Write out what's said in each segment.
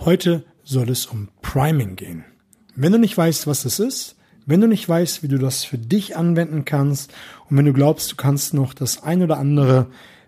Heute soll es um Priming gehen. Wenn du nicht weißt, was es ist, wenn du nicht weißt, wie du das für dich anwenden kannst und wenn du glaubst, du kannst noch das ein oder andere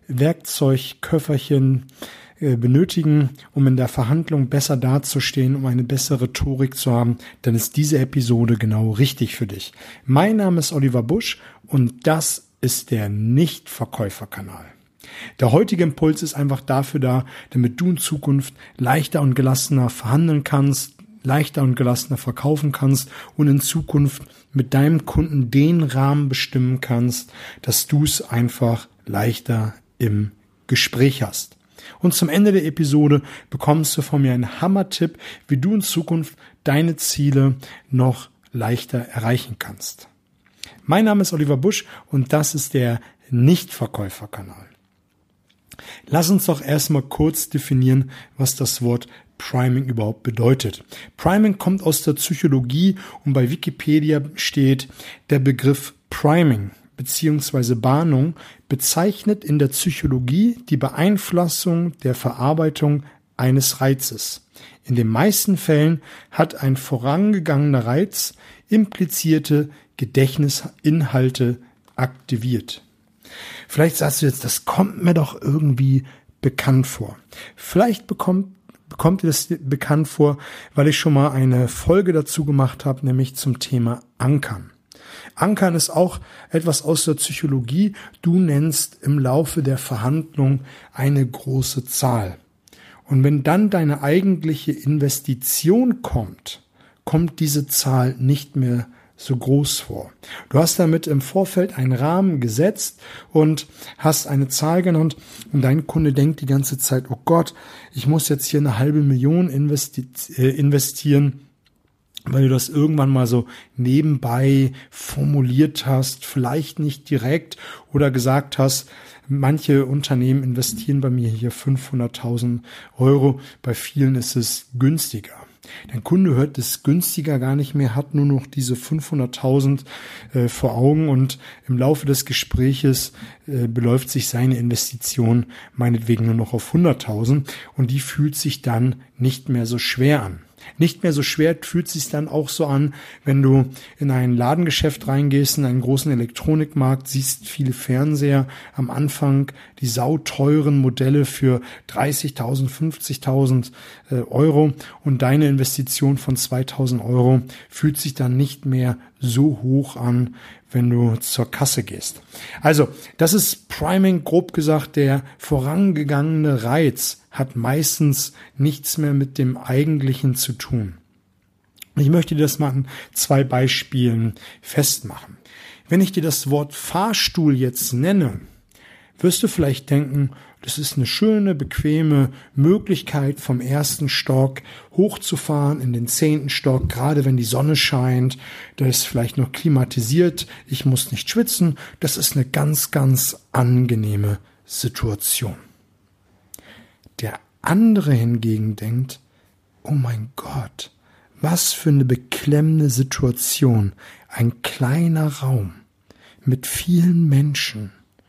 Werkzeugköfferchen benötigen, um in der Verhandlung besser dazustehen, um eine bessere Rhetorik zu haben, dann ist diese Episode genau richtig für dich. Mein Name ist Oliver Busch und das ist der Nichtverkäuferkanal. Der heutige Impuls ist einfach dafür da, damit du in Zukunft leichter und gelassener verhandeln kannst, leichter und gelassener verkaufen kannst und in Zukunft mit deinem Kunden den Rahmen bestimmen kannst, dass du es einfach leichter im Gespräch hast. Und zum Ende der Episode bekommst du von mir einen Hammer-Tipp, wie du in Zukunft deine Ziele noch leichter erreichen kannst. Mein Name ist Oliver Busch und das ist der Nichtverkäuferkanal. Lass uns doch erstmal kurz definieren, was das Wort Priming überhaupt bedeutet. Priming kommt aus der Psychologie und bei Wikipedia steht, der Begriff Priming bzw. Bahnung bezeichnet in der Psychologie die Beeinflussung der Verarbeitung eines Reizes. In den meisten Fällen hat ein vorangegangener Reiz implizierte Gedächtnisinhalte aktiviert. Vielleicht sagst du jetzt, das kommt mir doch irgendwie bekannt vor. Vielleicht bekommt dir das bekannt vor, weil ich schon mal eine Folge dazu gemacht habe, nämlich zum Thema Ankern. Ankern ist auch etwas aus der Psychologie. Du nennst im Laufe der Verhandlung eine große Zahl. Und wenn dann deine eigentliche Investition kommt diese Zahl nicht mehr so groß vor. Du hast damit im Vorfeld einen Rahmen gesetzt und hast eine Zahl genannt und dein Kunde denkt die ganze Zeit, oh Gott, ich muss jetzt hier 500.000 investieren, weil du das irgendwann mal so nebenbei formuliert hast, vielleicht nicht direkt oder gesagt hast, manche Unternehmen investieren bei mir hier 500.000 Euro, bei vielen ist es günstiger. Dein Kunde hört es günstiger gar nicht mehr, hat nur noch diese 500.000 vor Augen und im Laufe des Gespräches beläuft sich seine Investition meinetwegen nur noch auf 100.000 und die fühlt sich dann nicht mehr so schwer an. Nicht mehr so schwer fühlt sich dann auch so an, wenn du in ein Ladengeschäft reingehst, in einen großen Elektronikmarkt, siehst viele Fernseher, am Anfang die sauteuren Modelle für 30.000, 50.000 Euro und deine Investition von 2.000 Euro fühlt sich dann nicht mehr so hoch an, wenn du zur Kasse gehst. Also, das ist Priming, grob gesagt, der vorangegangene Reiz hat meistens nichts mehr mit dem Eigentlichen zu tun. Ich möchte dir das mal an 2 Beispielen festmachen. Wenn ich dir das Wort Fahrstuhl jetzt nenne, wirst du vielleicht denken, das ist eine schöne, bequeme Möglichkeit, vom 1. Stock hochzufahren in den 10. Stock, gerade wenn die Sonne scheint. Da ist vielleicht noch klimatisiert, ich muss nicht schwitzen. Das ist eine ganz, ganz angenehme Situation. Der andere hingegen denkt, oh mein Gott, was für eine beklemmende Situation. Ein kleiner Raum mit vielen Menschen,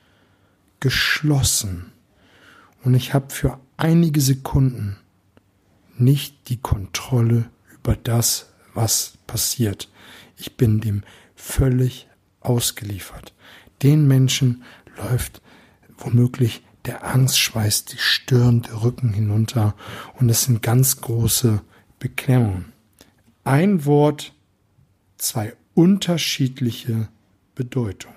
geschlossen. Und ich habe für einige Sekunden nicht die Kontrolle über das, was passiert. Ich bin dem völlig ausgeliefert. Den Menschen läuft womöglich der Angstschweiß die Stirn, der Rücken hinunter und es sind ganz große Beklemmungen. Ein Wort, 2 unterschiedliche Bedeutungen.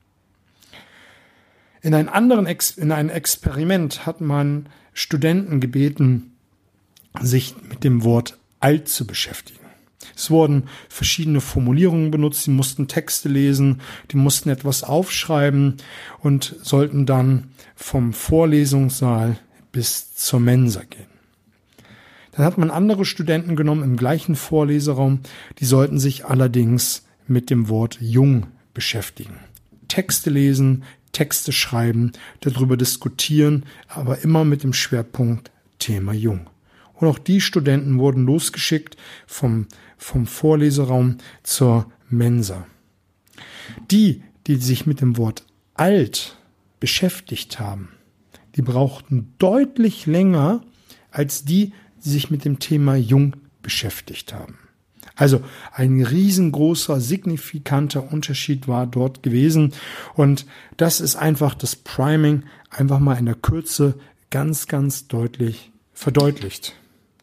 In einem Experiment hat man Studenten gebeten, sich mit dem Wort alt zu beschäftigen. Es wurden verschiedene Formulierungen benutzt, sie mussten Texte lesen, die mussten etwas aufschreiben und sollten dann vom Vorlesungssaal bis zur Mensa gehen. Dann hat man andere Studenten genommen im gleichen Vorleseraum, die sollten sich allerdings mit dem Wort jung beschäftigen. Texte lesen, Texte schreiben, darüber diskutieren, aber immer mit dem Schwerpunkt Thema jung. Und auch die Studenten wurden losgeschickt vom Vorleseraum zur Mensa. Die sich mit dem Wort alt beschäftigt haben, die brauchten deutlich länger als die die sich mit dem Thema Jung beschäftigt haben. Also ein riesengroßer, signifikanter Unterschied war dort gewesen. Und das ist einfach das Priming, einfach mal in der Kürze ganz, ganz deutlich verdeutlicht.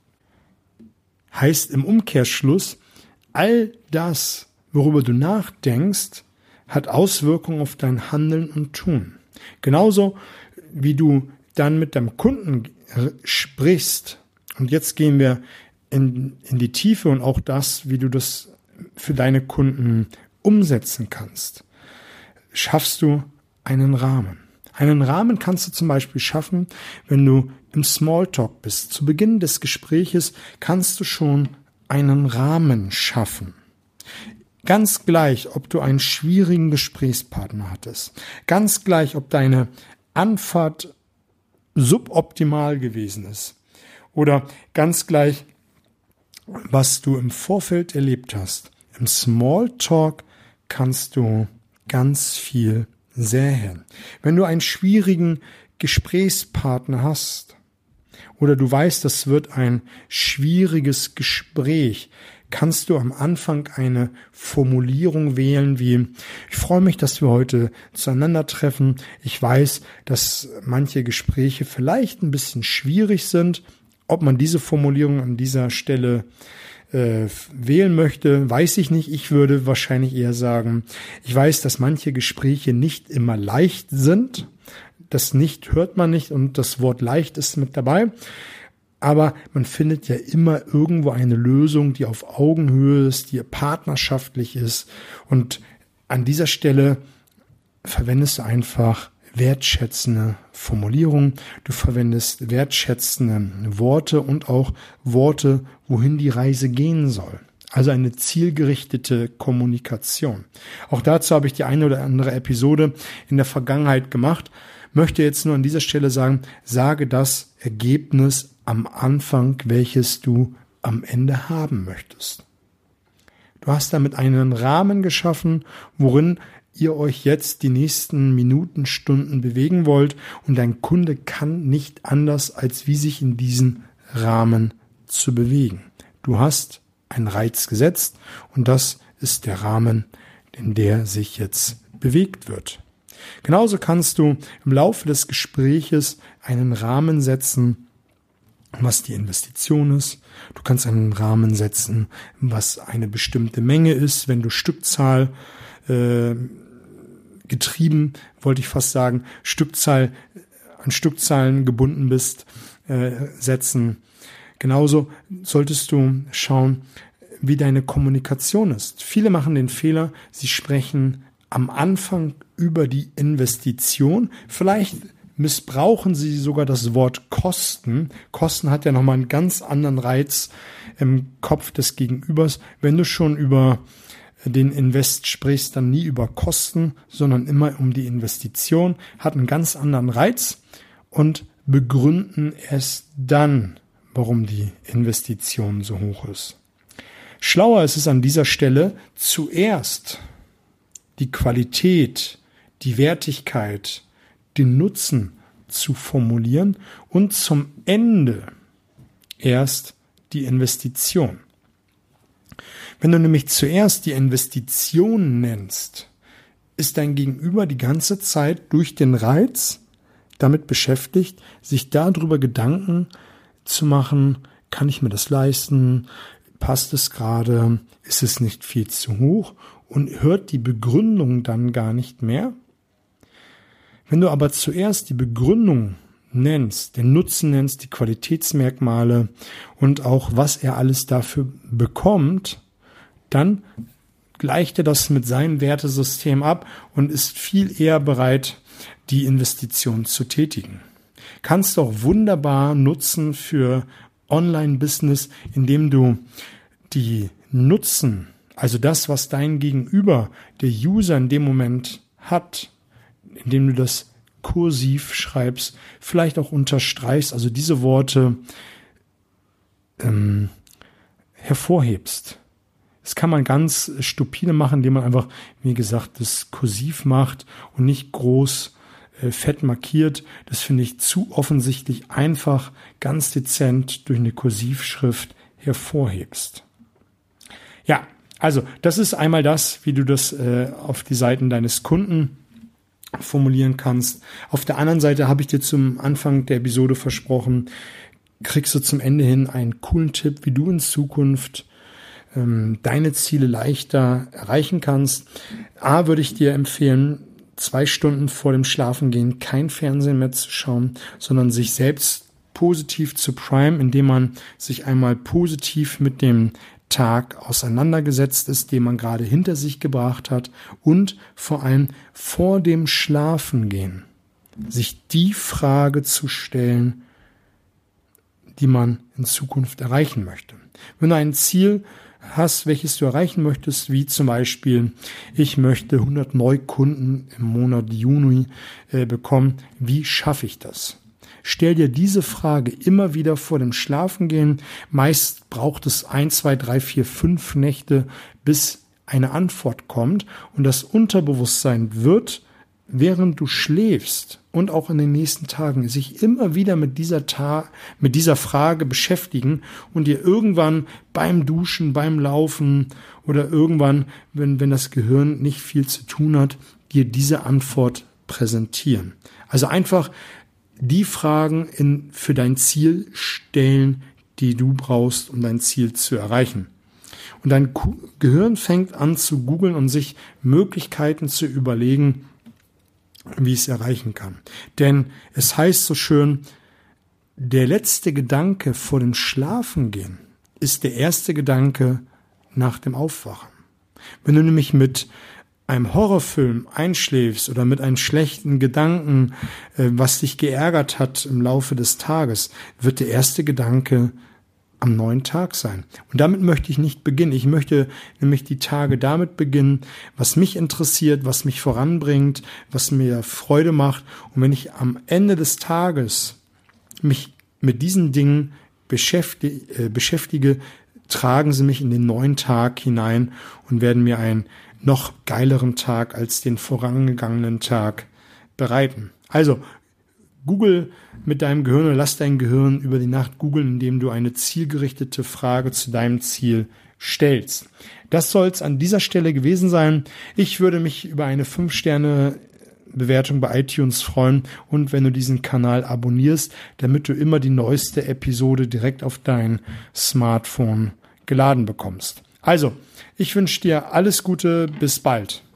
Heißt im Umkehrschluss, all das, worüber du nachdenkst, hat Auswirkungen auf dein Handeln und Tun. Genauso wie du dann mit deinem Kunden sprichst. Und jetzt gehen wir in die Tiefe und auch das, wie du das für deine Kunden umsetzen kannst. Schaffst du einen Rahmen. Einen Rahmen kannst du zum Beispiel schaffen, wenn du im Smalltalk bist. Zu Beginn des Gespräches kannst du schon einen Rahmen schaffen. Ganz gleich, ob du einen schwierigen Gesprächspartner hattest. Ganz gleich, ob deine Anfahrt suboptimal gewesen ist. Oder ganz gleich, was du im Vorfeld erlebt hast. Im Smalltalk kannst du ganz viel säen. Wenn du einen schwierigen Gesprächspartner hast oder du weißt, das wird ein schwieriges Gespräch, kannst du am Anfang eine Formulierung wählen wie: Ich freue mich, dass wir heute zueinander treffen. Ich weiß, dass manche Gespräche vielleicht ein bisschen schwierig sind. Ob man diese Formulierung an dieser Stelle wählen möchte, weiß ich nicht. Ich würde wahrscheinlich eher sagen, ich weiß, dass manche Gespräche nicht immer leicht sind. Das nicht hört man nicht und das Wort leicht ist mit dabei. Aber man findet ja immer irgendwo eine Lösung, die auf Augenhöhe ist, die partnerschaftlich ist. Und an dieser Stelle verwendest du einfach wertschätzende Formulierungen. Du verwendest wertschätzende Worte und auch Worte, wohin die Reise gehen soll. Also eine zielgerichtete Kommunikation. Auch dazu habe ich die eine oder andere Episode in der Vergangenheit gemacht. Möchte jetzt nur an dieser Stelle sagen, sage das Ergebnis am Anfang, welches du am Ende haben möchtest. Du hast damit einen Rahmen geschaffen, worin ihr euch jetzt die nächsten Minuten, Stunden bewegen wollt und dein Kunde kann nicht anders, als wie sich in diesen Rahmen zu bewegen. Du hast einen Reiz gesetzt und das ist der Rahmen, in der sich jetzt bewegt wird. Genauso kannst du im Laufe des Gespräches einen Rahmen setzen, was die Investition ist. Du kannst einen Rahmen setzen, was eine bestimmte Menge ist, wenn du Stückzahl getrieben, wollte ich fast sagen, an Stückzahlen gebunden bist, setzen. Genauso solltest du schauen, wie deine Kommunikation ist. Viele machen den Fehler, sie sprechen am Anfang über die Investition. Vielleicht missbrauchen sie sogar das Wort Kosten. Kosten hat ja nochmal einen ganz anderen Reiz im Kopf des Gegenübers. Wenn du schon über den Invest sprichst, dann nie über Kosten, sondern immer um die Investition, hat einen ganz anderen Reiz und begründen es dann, warum die Investition so hoch ist. Schlauer ist es an dieser Stelle, zuerst die Qualität, die Wertigkeit, den Nutzen zu formulieren und zum Ende erst die Investition. Wenn du nämlich zuerst die Investition nennst, ist dein Gegenüber die ganze Zeit durch den Reiz damit beschäftigt, sich darüber Gedanken zu machen, kann ich mir das leisten, passt es gerade, ist es nicht viel zu hoch und hört die Begründung dann gar nicht mehr. Wenn du aber zuerst die Begründung nennst, den Nutzen nennst, die Qualitätsmerkmale und auch was er alles dafür bekommt, dann gleicht er das mit seinem Wertesystem ab und ist viel eher bereit, die Investition zu tätigen. Kannst du auch wunderbar nutzen für Online-Business, indem du die Nutzen, also das, was dein Gegenüber, der User in dem Moment hat, indem du das kursiv schreibst, vielleicht auch unterstreichst, also diese Worte hervorhebst. Das kann man ganz stupide machen, indem man einfach, wie gesagt, das kursiv macht und nicht groß fett markiert. Das finde ich zu offensichtlich, einfach ganz dezent durch eine Kursivschrift hervorhebst. Ja, also das ist einmal das, wie du das auf die Seiten deines Kunden formulieren kannst. Auf der anderen Seite habe ich dir zum Anfang der Episode versprochen, kriegst du zum Ende hin einen coolen Tipp, wie du in Zukunft deine Ziele leichter erreichen kannst. A, würde ich dir empfehlen, 2 Stunden vor dem Schlafengehen kein Fernsehen mehr zu schauen, sondern sich selbst positiv zu primen, indem man sich einmal positiv mit dem Tag auseinandergesetzt ist, den man gerade hinter sich gebracht hat, und vor allem vor dem Schlafengehen sich die Frage zu stellen, die man in Zukunft erreichen möchte. Wenn du ein Ziel hast, welches du erreichen möchtest, wie zum Beispiel, ich möchte 100 Neukunden im Monat Juni bekommen, wie schaffe ich das? Stell dir diese Frage immer wieder vor dem Schlafengehen. Meist braucht es 1, 2, 3, 4, 5 Nächte, bis eine Antwort kommt. Und das Unterbewusstsein wird, während du schläfst und auch in den nächsten Tagen, sich immer wieder mit dieser Frage beschäftigen und dir irgendwann beim Duschen, beim Laufen oder irgendwann, wenn das Gehirn nicht viel zu tun hat, dir diese Antwort präsentieren. Also einfach die Fragen für dein Ziel stellen, die du brauchst, um dein Ziel zu erreichen. Und dein Gehirn fängt an zu googeln und sich Möglichkeiten zu überlegen, wie es erreichen kann. Denn es heißt so schön, der letzte Gedanke vor dem Schlafengehen ist der erste Gedanke nach dem Aufwachen. Wenn du nämlich mit einem Horrorfilm einschläfst oder mit einem schlechten Gedanken, was dich geärgert hat im Laufe des Tages, wird der erste Gedanke am neuen Tag sein. Und damit möchte ich nicht beginnen. Ich möchte nämlich die Tage damit beginnen, was mich interessiert, was mich voranbringt, was mir Freude macht. Und wenn ich am Ende des Tages mich mit diesen Dingen beschäftige, tragen sie mich in den neuen Tag hinein und werden mir einen noch geileren Tag als den vorangegangenen Tag bereiten. Also, Google mit deinem Gehirn oder lass dein Gehirn über die Nacht googeln, indem du eine zielgerichtete Frage zu deinem Ziel stellst. Das soll es an dieser Stelle gewesen sein. Ich würde mich über eine 5-Sterne-Bewertung bei iTunes freuen und wenn du diesen Kanal abonnierst, damit du immer die neueste Episode direkt auf dein Smartphone geladen bekommst. Also, ich wünsche dir alles Gute, bis bald.